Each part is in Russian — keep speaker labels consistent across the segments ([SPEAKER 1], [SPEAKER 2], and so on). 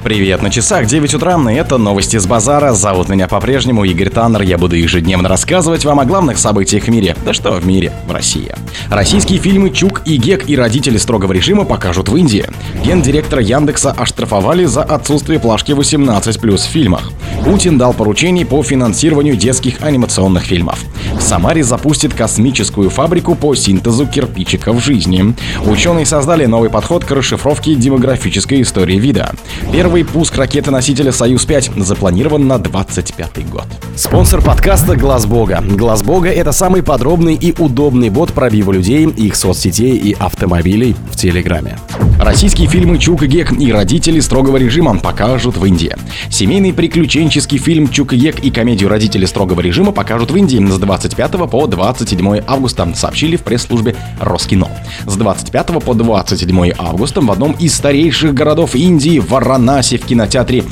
[SPEAKER 1] Привет, на часах 9 утра, и это новости с базара. Зовут меня по-прежнему Игорь Таннер. Я буду ежедневно рассказывать вам о главных событиях в мире. Да что в мире, в России. Российские фильмы «Чук и Гек» и «Родители строгого режима» покажут в Индии. Гендиректора Яндекса оштрафовали за отсутствие плашки 18+ в фильмах. Путин дал поручений по финансированию детских анимационных фильмов. В Самаре запустит космическую фабрику по синтезу кирпичиков жизни. Ученые создали новый подход к расшифровке демографической истории вида. Первый пуск ракеты-носителя «Союз-5» запланирован на 25-й год. Спонсор подкаста «Глаз Бога». «Глаз Бога» — это самый подробный и удобный бот пробива людей, их соцсетей и автомобилей в Телеграме. Российские фильмы «Чук и Гек» и «Родители строгого режима» покажут в Индии. Семейный приключенческий фильм «Чук и Гек» и комедию «Родители строгого режима» покажут в Индии с 25 по 27 августа, сообщили в пресс-службе Роскино. С 25 по 27 августа в одном из старейших городов Индии, Варанаси, в кинотеатре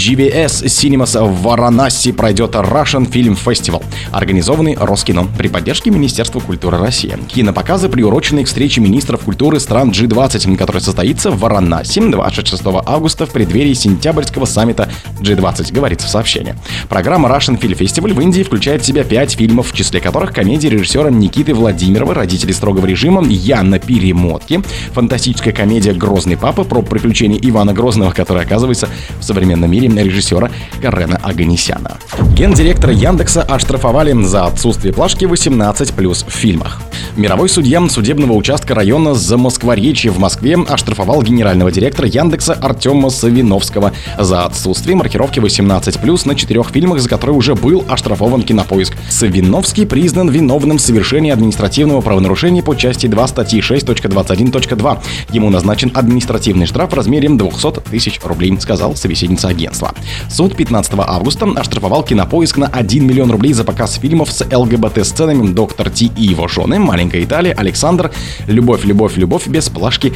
[SPEAKER 1] GVS Cinemas в Варанаси пройдет Russian Film Festival, организованный Роскино при поддержке Министерства культуры России. Кинопоказы приурочены к встрече министров культуры стран G20, которая состоится в Варанаси 26 августа в преддверии сентябрьского саммита G20, говорится в сообщении. Программа Russian Film Festival в Индии включает в себя 5 фильмов, в числе которых комедия режиссера Никиты Владимирова «Родители строгого режима», «Я на перемотке», фантастическая комедия «Грозный папа» про приключения Ивана Грозного, который оказывается в современном мире, режиссера Карена Оганесяна. Гендиректора Яндекса оштрафовали за отсутствие плашки 18+ в фильмах. Мировой судья судебного участка района Замоскворечье в Москве оштрафовал генерального директора Яндекса Артема Савиновского за отсутствие маркировки 18+ на 4 фильмах, за которые уже был оштрафован Кинопоиск. Савиновский признан виновным в совершении административного правонарушения по части 2 статьи 6.21.2. Ему назначен административный штраф в размере 200 тысяч рублей, сказал собеседница агентства. Суд 15 августа оштрафовал Кинопоиск на 1 миллион рублей за показ фильмов с ЛГБТ-сценами «Доктор Ти и его жены», «Маленькая Италия», «Александр», «Любовь, любовь, любовь» без плашки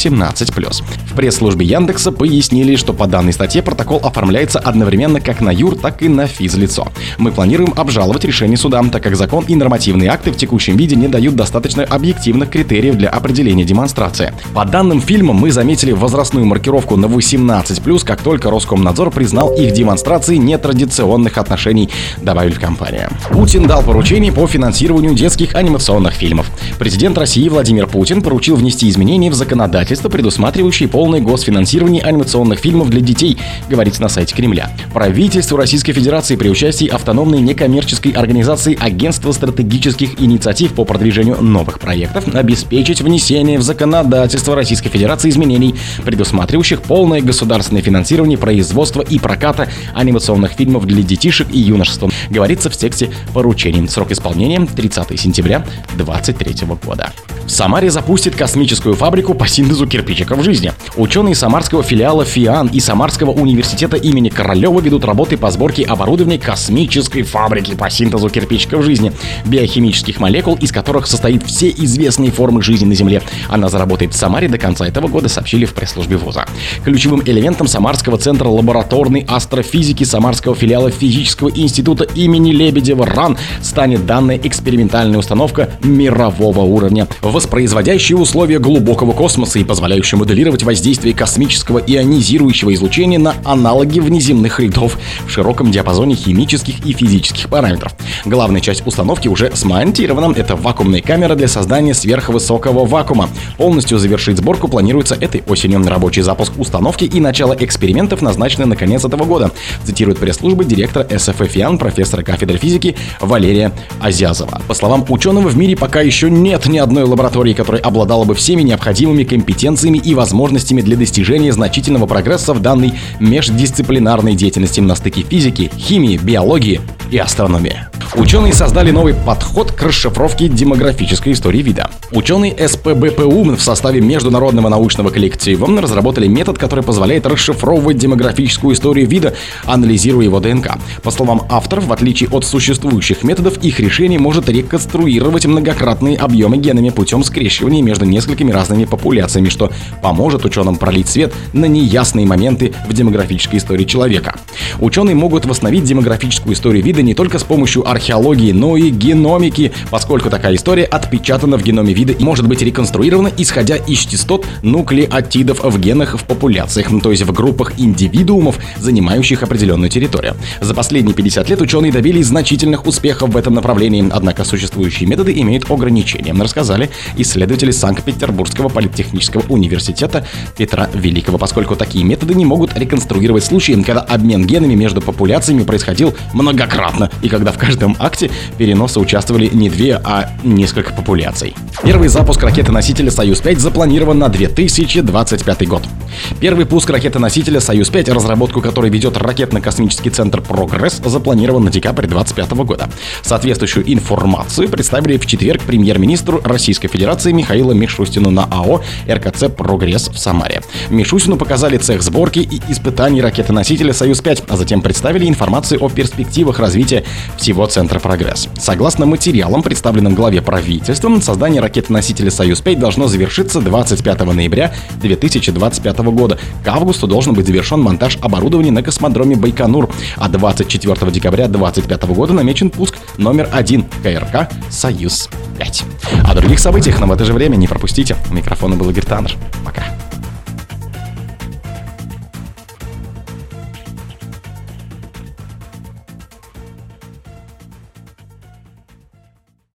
[SPEAKER 1] 18+. В пресс-службе Яндекса пояснили, что по данной статье протокол оформляется одновременно как на юр, так и на физлицо. Мы планируем обжаловать решение суда, так как закон и нормативные акты в текущем виде не дают достаточно объективных критериев для определения демонстрации. По данным фильма мы заметили возрастную маркировку на 18+, как только Роскомнадзор признал их демонстрацией нетрадиционных отношений, добавили в компании. Путин дал поручение по финансированию детских анимационных фильмов. Президент России Владимир Путин поручил внести изменения в законодательство, предусматривающие полное госфинансирование анимационных фильмов для детей, говорится на сайте Кремля. Правительству Российской Федерации при участии автономной некоммерческой организации Агентства стратегических инициатив по продвижению новых проектов обеспечить внесение в законодательство Российской Федерации изменений, предусматривающих полное государственное финансирование производства и проката анимационных фильмов для детишек и юношества, говорится в тексте поручений. Срок исполнения 30 сентября 2023 года. В Самаре запустит космическую фабрику по синтезу кирпичиков жизни. Ученые самарского филиала ФИАН и Самарского университета имени Королева ведут работы по сборке оборудования космической фабрики по синтезу кирпичиков жизни, биохимических молекул, из которых состоит все известные формы жизни на Земле. Она заработает в Самаре до конца этого года, сообщили в пресс-службе вуза. Ключевым элементом Самарского центра лабораторной астрофизики Самарского филиала физического института имени Лебедева РАН станет данная экспериментальная установка мирового уровня, воспроизводящая условия глубокого космоса и позволяющая моделировать воздействие космического ионизирующего излучения на аналоги внеземных льдов в широком диапазоне химических и физических параметров. Главная часть установки уже смонтирована. Это вакуумная камера для создания сверхвысокого вакуума. Полностью завершить сборку планируется этой осенью. Рабочий запуск установки и начало экспериментов назначены на конец этого года, цитирует пресс-служба директора СФ ФИАН, профессора кафедры физики Валерия Азязова. По словам ученого, в мире пока еще нет ни одной лаборатории, которая обладала бы всеми необходимыми компетенциями и возможностями для достижения значительного прогресса в данной междисциплинарной деятельности на стыке физики, химии, биологии и астрономии. Ученые создали новый подход к расшифровке демографической истории вида. Ученые СПбПУ в составе международного научного коллектива разработали метод, который позволяет расшифровывать демографическую историю вида, анализируя его ДНК. По словам авторов, в отличие от существующих методов, их решение может реконструировать многократные объемы генами путем скрещивания между несколькими разными популяциями, что поможет ученым пролить свет на неясные моменты в демографической истории человека. Ученые могут восстановить демографическую историю вида не только с помощью археологии, но и геномики, поскольку такая история отпечатана в геноме вида и может быть реконструирована, исходя из частот нуклеотидов в генах в популяциях, то есть в группах индивидуумов, занимающих определенную территорию. За последние 50 лет ученые добились значительных успехов в этом направлении, однако существующие методы имеют ограничения, рассказали исследователи Санкт-Петербургского политехнического университета Петра Великого, поскольку такие методы не могут реконструировать случаи, когда обмен генами между популяциями происходил многократно, и когда в каждом акте переноса участвовали не две, а несколько популяций. Первый запуск ракеты-носителя «Союз-5» запланирован на 2025 год. Первый пуск ракеты-носителя «Союз-5», разработку которой ведет ракетно-космический центр «Прогресс», запланирован на декабрь 2025 года. Соответствующую информацию представили в четверг премьер-министру Российской Федерации Михаилу Мишустину на АО РКЦ «Прогресс» в Самаре. Мишустину показали цех сборки и испытаний ракеты-носителя «Союз-5», а затем представили информацию о перспективах развития всего центра «Прогресс». Согласно материалам, представленным главе правительства, создание ракеты-носителя «Союз-5» должно завершиться 25 ноября 2025 года. К августу должен быть завершен монтаж оборудования на космодроме Байконур, а 24 декабря 2025 года намечен пуск номер 1 КРК «Союз-5». О других событиях, но в это же время не пропустите. У микрофона был Игорь Таннер. Пока.